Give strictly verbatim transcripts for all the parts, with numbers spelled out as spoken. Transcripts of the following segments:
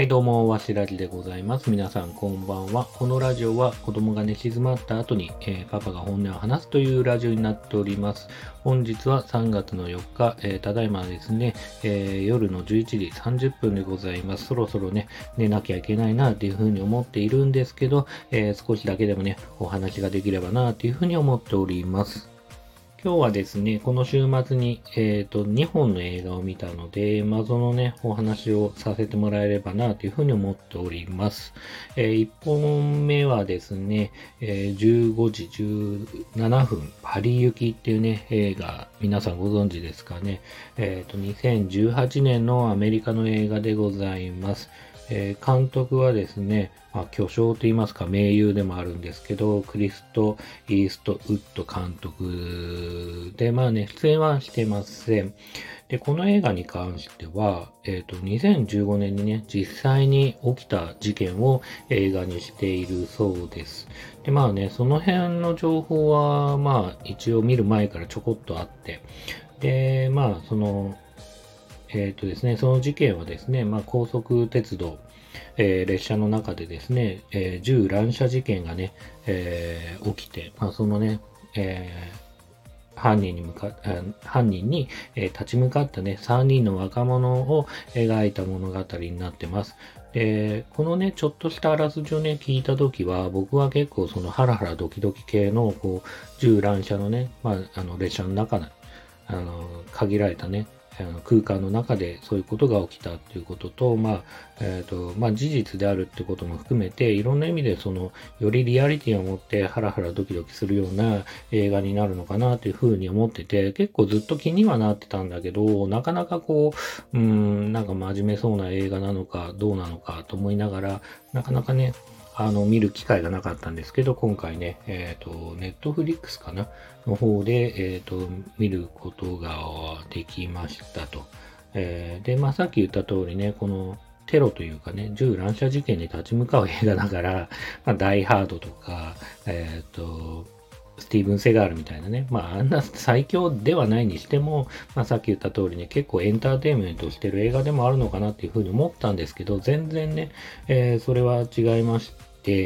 はいどうも、わしらじでございます。皆さんこんばんは。このラジオは子供が寝静まった後に、えーパパが本音を話すというラジオになっております。本日はさんがつのよっか、えーただいまですね、えー夜のじゅういちじさんじゅっぷんでございます。そろそろね、寝なきゃいけないなっていうふうに思っているんですけど、えー少しだけでもね、お話ができればなっていうふうに思っております。今日はですね、この週末に、えっと、にほんの映画を見たので、まあ、そのね、お話をさせてもらえればな、というふうに思っております。えー、いっぽんめはですね、えーじゅうごじじゅうななふん、パリ行きっていうね、映画、皆さんご存知ですかね。えっと、にせんじゅうはちねんのアメリカの映画でございます。えー監督はですね、まあ、巨匠と言いますか、名優でもあるんですけど、クリスト・イーストウッド監督で、まあね、出演はしてません。で、この映画に関しては、えっと、にせんじゅうごねんにね、実際に起きた事件を映画にしているそうです。で、まあね、その辺の情報は、まあ、一応見る前からちょこっとあって、で、まあ、その、えっとですね、その事件はですね、まあ、高速鉄道、えー列車の中でですね、えー銃乱射事件がね、えー起きて、まあ、そのね、えー犯人に向か、あ犯人に、えー立ち向かったね、さんにんの若者を描いた物語になってます。で、このね、ちょっとしたあらすじをね、聞いたときは、僕は結構そのハラハラドキドキ系の、こう、銃乱射のね、まあ、あの、列車の中の、あの、限られたね、あの空間の中でそういうことが起きたっていうことと、まあ、えっと、まあ、事実であるってことも含めて、いろんな意味でその、よりリアリティを持ってハラハラドキドキするような映画になるのかなというふうに思ってて、結構ずっと気にはなってたんだけど、なかなかこう、うーん、なんか真面目そうな映画なのかどうなのかと思いながら、なかなかね、あの、見る機会がなかったんですけど、今回ね、えっと、ネットフリックスかなの方で、えっと、見ることができましたと。えーで、まあ、さっき言った通りね、このテロというかね、銃乱射事件に立ち向かう映画だから、まあ、ダイハードとか、えっと、スティーブン・セガールみたいなね、まあ、あんな最強ではないにしても、まあ、さっき言った通りね、結構エンターテインメントしてる映画でもあるのかなっていうふうに思ったんですけど、全然ね、えーそれは違いまして、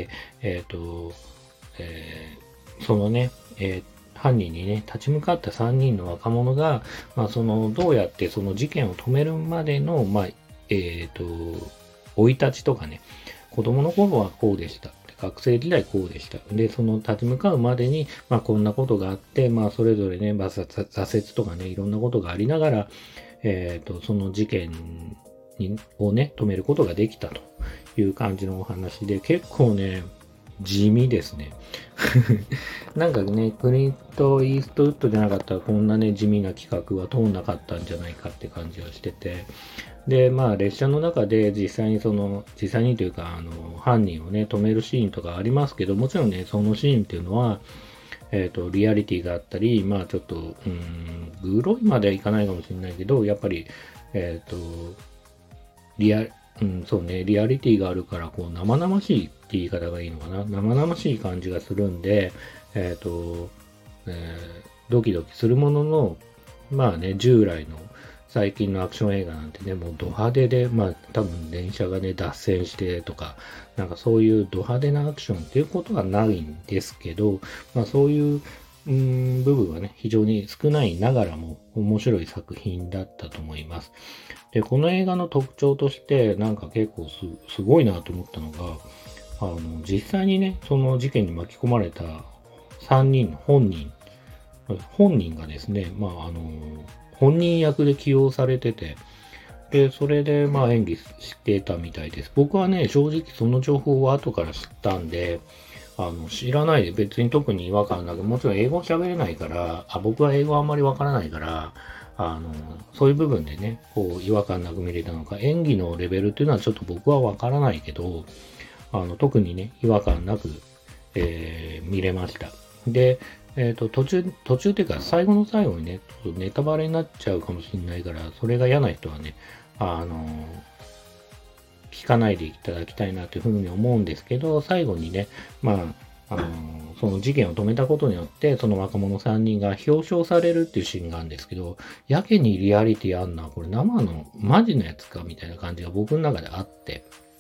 えっと、えーそのね、えー犯人にね、立ち向かったさんにんの若者が、まあ、その、どうやってその事件を止めるまでの、まあ、えっと、生い立ちとかね、子供の頃はこうでした。学生時代こうでした。で、その立ち向かうまでに、まあこんなことがあって、まあそれぞれね、まあ、挫挫折とかね、いろんなことがありながら、えっと、その事件にをね、止めることができたという感じのお話で、結構ね、地味ですね。なんかね、クリント・イーストウッドじゃなかったらこんなね、地味な企画は通んなかったんじゃないかって感じがしてて。で、まあ列車の中で実際にその、実際にというか、あの、犯人をね、止めるシーンとかありますけど、もちろんね、そのシーンっていうのは、えっと、リアリティがあったり、まあちょっと、うーん、グロいまではいかないかもしれないけど、やっぱり、えっと、リア、うん、そうね、リアリティがあるから、こう、生々しいって言い方がいいのかな。生々しい感じがするんで、えっと、えードキドキするものの、まあね、従来の最近のアクション映画なんてね、もうド派手で、まあ多分電車がね、脱線してとか、なんかそういうド派手なアクションっていうことはないんですけど、まあそういう、うーん、部分はね、非常に少ないながらも面白い作品だったと思います。で、この映画の特徴として、なんか結構す、すごいなと思ったのが、あの、実際にね、その事件に巻き込まれたさんにんの本人、本人がですね、まあ、あの、本人役で起用されてて、で、それで、まあ、演技してたみたいです。僕はね、正直その情報は後から知ったんで、あの、知らないで別に特に違和感なく、もちろん英語喋れないから、あ、僕は英語あんまりわからないから、あの、そういう部分でね、こう、違和感なく見れたのか、演技のレベルっていうのはちょっと僕はわからないけど、あの、特にね、違和感なく、えー見れました。で、えっと、途中、途中っていうか、最後の最後にね、ちょっとネタバレになっちゃうかもしれないから、それが嫌な人はね、あの、聞かないでいただきたいなというふうに思うんですけど、最後にね、まあ、あの、その事件を止めたことによって、その若者さんにんが表彰されるっていうシーンがあるんですけど、やけにリアリティあんな、これ生の、マジのやつかみたいな感じが僕の中であって、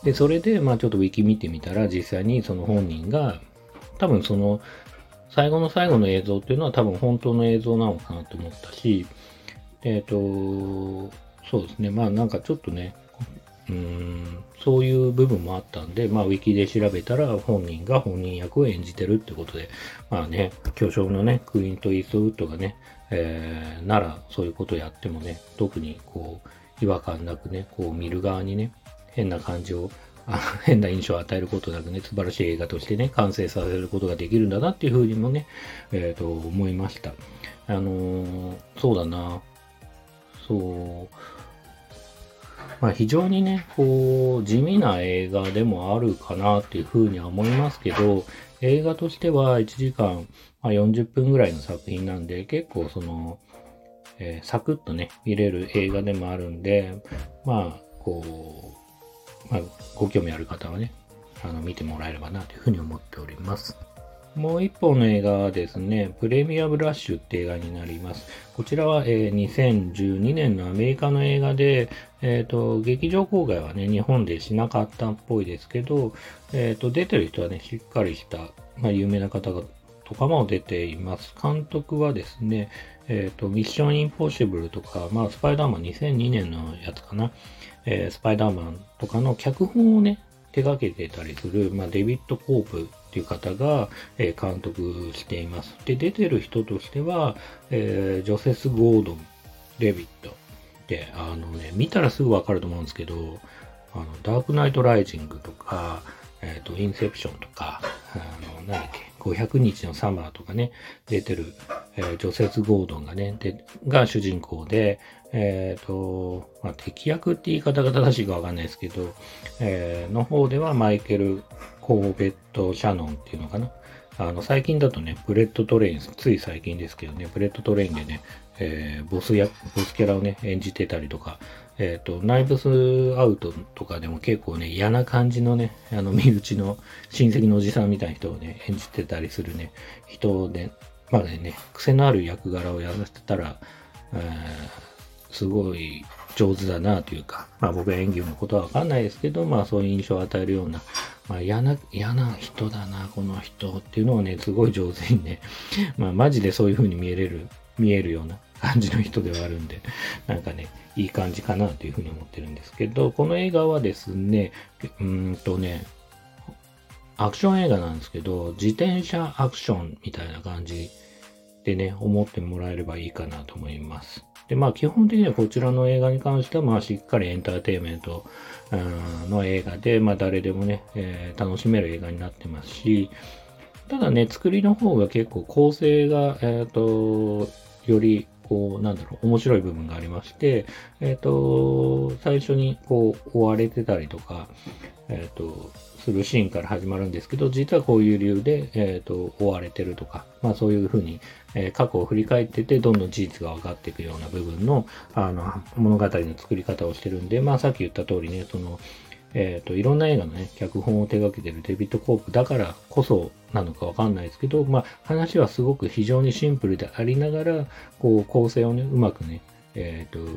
で、それで、まあちょっとウィキ見てみたら、実際にその本人が、多分その、最後の最後の映像っていうのは多分本当の映像なのかなと思ったし、えっ、と、そうですね。まあなんかちょっとね、うーん、そういう部分もあったんで、まあウィキで調べたら本人が本人役を演じてるってことで、まあね、巨匠のね、クリント・イーストウッドがね、えー、ならそういうことやってもね、特にこう、違和感なくね、こう見る側にね、変な感じを、あ変な印象を与えることなくね、素晴らしい映画としてね、完成させることができるんだなっていうふうにもね、えっ、と、思いました。あのーそうだな、そう、まあ非常にね、こう、地味な映画でもあるかなっていうふうには思いますけど、映画としてはいちじかん、まあ、よんじゅっぷんぐらいの作品なんで、結構その、えーサクッとね、見れる映画でもあるんで、まあ、こう、まあ、ご興味ある方はね、あの、見てもらえればなというふうに思っております。もう一本の映画はですね、プレミアムラッシュって映画になります。こちらは、えーにせんじゅうにねんのアメリカの映画で、えっ、と、劇場公開はね、日本でしなかったっぽいですけど、えっ、と、出てる人はね、しっかりした、まあ、有名な方がとかも出ています。監督はですね、えっ、と、ミッションインポッシブルとか、まあ、スパイダーマンにせんにねんのやつかな、えースパイダーマンとかの脚本をね、手掛けてたりする、まあ、デビッド・コープっていう方が、えー監督しています。で、出てる人としては、えージョセス・ゴードン、デビッド。で、あのね、見たらすぐわかると思うんですけど、あの、ダークナイト・ライジングとか、えっ、と、インセプションとか、あの、何だっけ、ごひゃくにちのサマーとかね、出てる、えージョセス・ゴードンがね、で、が主人公で、えっ、と、まあ、敵役って言い方が正しいかわかんないですけど、えーの方ではマイケル・コーベット・シャノンっていうのかな。あの、最近だとね、ブレッドトレイン、つい最近ですけどね、ブレッドトレインでね、えーボスや、ボスキャラをね、演じてたりとか、えっ、と、ナイブスアウトとかでも結構ね、嫌な感じのね、あの、身内の親戚のおじさんみたいな人をね、演じてたりするね、人で、まあね、癖のある役柄をやらせてたら、えーすごい上手だなというか、まあ僕は演技のことはわかんないですけど、まあそういう印象を与えるような、まあ嫌な、嫌な人だな、この人っていうのをね、すごい上手にね、まあマジでそういう風に見えれる、見えるような感じの人ではあるんで、なんかね、いい感じかなという風に思ってるんですけど、この映画はですね、うーんとね、アクション映画なんですけど、自転車アクションみたいな感じでね、思ってもらえればいいかなと思います。で、まあ基本的にはこちらの映画に関しては、まあしっかりエンターテインメントうんの映画で、まあ誰でもね、えー楽しめる映画になってますし、ただね、作りの方が結構構成が、えっ、と、より、こう、なんだろう、面白い部分がありまして、えっ、と、最初に、こう、追われてたりとか、えっ、と、するシーンから始まるんですけど、実はこういう理由で、えっ、と、追われてるとか、まあそういうふうに、えー過去を振り返ってて、どんどん事実が分かっていくような部分の、あの、物語の作り方をしてるんで、まあさっき言った通りね、その、えっ、と、いろんな映画のね、脚本を手掛けてるデビッド・コープだからこそなのかわかんないですけど、まあ、話はすごく非常にシンプルでありながら、こう、構成をね、うまくね、えっ、と、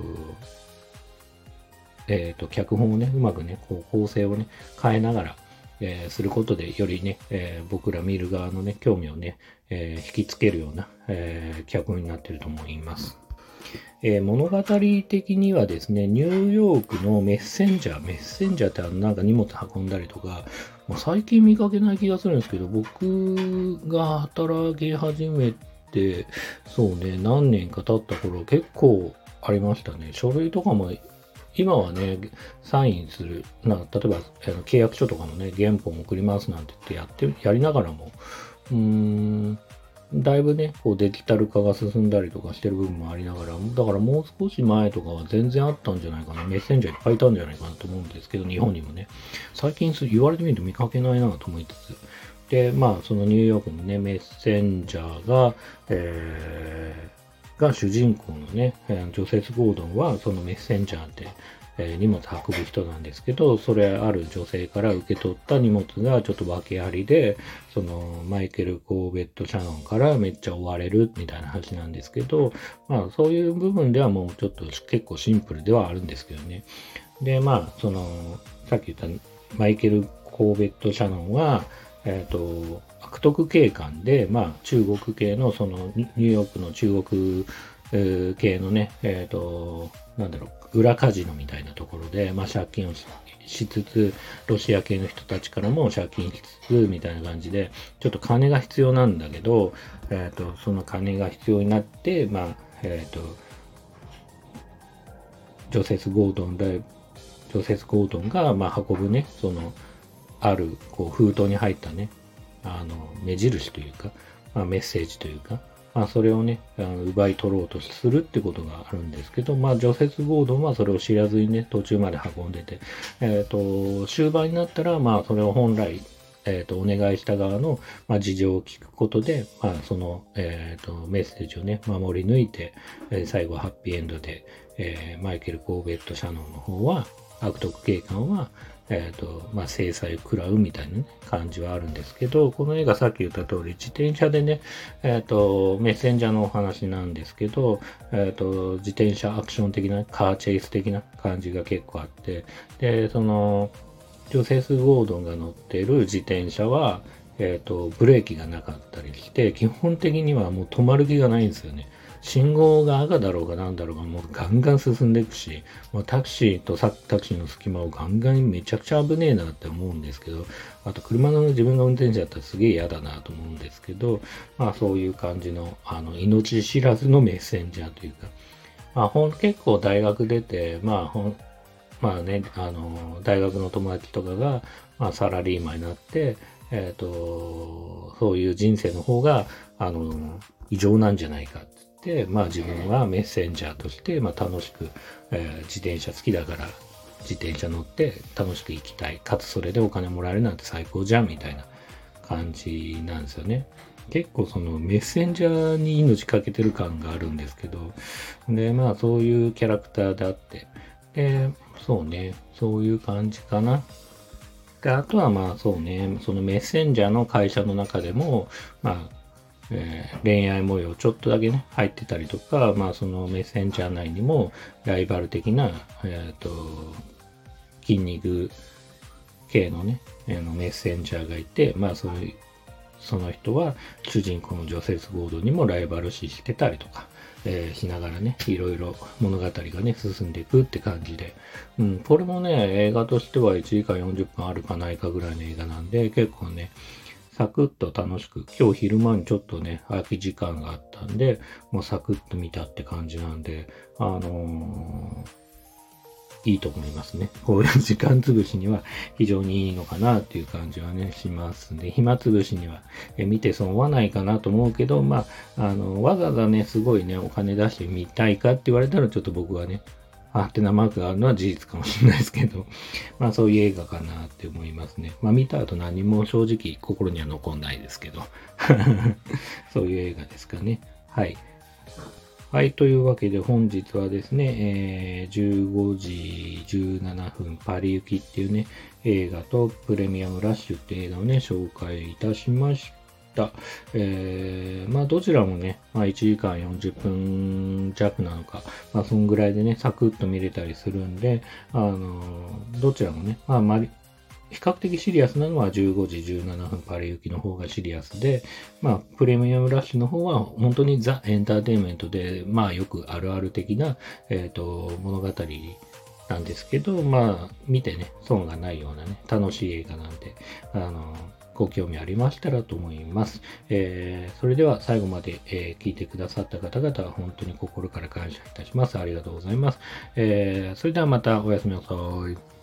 えっ、と、脚本をね、うまくね、こう、構成をね、変えながら、えーすることで、よりね、えー僕ら見る側のね、興味をね、えー引きつけるような、えー脚本になっていると思います。えー物語的にはですね、ニューヨークのメッセンジャー、メッセンジャーってあのなんか荷物運んだりとか、もう最近見かけない気がするんですけど、僕が働き始めて、そうね、何年か経った頃結構ありましたね。書類とかも、今はね、サインする、な例えばあの契約書とかもね、原本送りますなんて言ってやって、やりながらも、うーん、だいぶね、こうデジタル化が進んだりとかしてる部分もありながら、だからもう少し前とかは全然あったんじゃないかな。メッセンジャーいっぱいいたんじゃないかなと思うんですけど、日本にもね。最近言われてみると見かけないなと思いつつ。で、まあ、そのニューヨークのね、メッセンジャーが、えー、が主人公のね、ジョセス・ゴードンはそのメッセンジャーで、えー荷物運ぶ人なんですけど、それある女性から受け取った荷物がちょっと訳ありで、そのマイケル・コーベット・シャノンからめっちゃ追われるみたいな話なんですけど、まあそういう部分ではもうちょっと結構シンプルではあるんですけどね。で、まあ、その、さっき言ったマイケル・コーベット・シャノンは、えっと、悪徳警官で、まあ、中国系の、その、ニューヨークの中国系のね、えっと、なんだろう、裏カジノみたいなところで、まあ、借金をししつつ、ロシア系の人たちからも借金しつつ、みたいな感じで、ちょっと金が必要なんだけど、えっと、その金が必要になって、まあ、えっと、ジョセス・ゴードンで、ジョセス・ゴードンが、まあ、運ぶね、その、ある、こう、封筒に入ったね、あの、目印というか、まあ、メッセージというか、まあ、それをね、あの奪い取ろうとするってことがあるんですけど、まあ、ジョセス・ゴードンはそれを知らずにね、途中まで運んでて、えっと、終盤になったら、まあ、それを本来、えっと、お願いした側の、まあ、事情を聞くことで、まあ、その、えっと、メッセージをね、守り抜いて、えー最後はハッピーエンドで、えーマイケル・コーベット・シャノンの方は、悪徳警官は、えっ、と、まあ、制裁を食らうみたいな、ね、感じはあるんですけど、この映画さっき言った通り、自転車でね、えっ、と、メッセンジャーのお話なんですけど、えっ、と、自転車アクション的な、カーチェイス的な感じが結構あって、で、その、ジョセス・ゴードンが乗っている自転車は、えっ、と、ブレーキがなかったりして、基本的にはもう止まる気がないんですよね。信号が赤だろうがなんだろうがもうガンガン進んでいくし、もうタクシーとさタクシーの隙間をガンガンめちゃくちゃ危ねえなって思うんですけど、あと車の自分が運転手だったらすげえ嫌だなと思うんですけど、まあそういう感じの、あの、命知らずのメッセンジャーというか、まあほん、結構大学出て、まあほん、まあね、あの、大学の友達とかが、まあサラリーマンになって、えっ、と、そういう人生の方が、あの、異常なんじゃないかって言って、まあ自分はメッセンジャーとして、まあ楽しく、えー自転車好きだから、自転車乗って楽しく行きたい。かつそれでお金もらえるなんて最高じゃん、みたいな感じなんですよね。結構そのメッセンジャーに命かけてる感があるんですけど、で、まあそういうキャラクターであって、で、そうね、そういう感じかな。で、あとはまあそうね、そのメッセンジャーの会社の中でも、まあ、えー恋愛模様ちょっとだけね、入ってたりとか、まあそのメッセンジャー内にもライバル的な、えっ、と、筋肉系のね、あのメッセンジャーがいて、まあそういう、その人は主人公のジョセス・ゴードンにもライバル視してたりとか、えーしながらね、いろいろ物語がね、進んでいくって感じで、うん、これもね、映画としてはいちじかんよんじゅっぷんあるかないかぐらいの映画なんで、結構ね、サクッと楽しく、今日昼間にちょっとね、空き時間があったんで、もうサクッと見たって感じなんで、あのーいいと思いますね。こういう時間潰しには非常にいいのかなっていう感じはね、しますね。暇潰しにはえ見て損はないかなと思うけど、まあ、あの、わざわざね、すごいね、お金出して見たいかって言われたらちょっと僕はね、ハテナマークがあるのは事実かもしれないですけど、まあそういう映画かなって思いますね。まあ見た後何も正直心には残んないですけど、そういう映画ですかね。はい。はい。というわけで本日はですね、えーじゅうごじじゅうななふんパリ行きっていうね、映画とプレミアムラッシュっていう映画をね、紹介いたしました。えーまあどちらもね、まあいちじかんよんじゅっぷん弱なのか、まあそんぐらいでね、サクッと見れたりするんで、あのーどちらもね、まあまり、比較的シリアスなのはじゅうごじじゅうななふんパリ行きの方がシリアスで、まあ、プレミアムラッシュの方は本当にザ・エンターテインメントで、まあよくあるある的な、えっ、と、物語なんですけど、まあ、見てね、損がないようなね、楽しい映画なんで、あの、ご興味ありましたらと思います。えーそれでは最後まで、えー聞いてくださった方々は本当に心から感謝いたします。ありがとうございます。えーそれではまたおやすみなさい。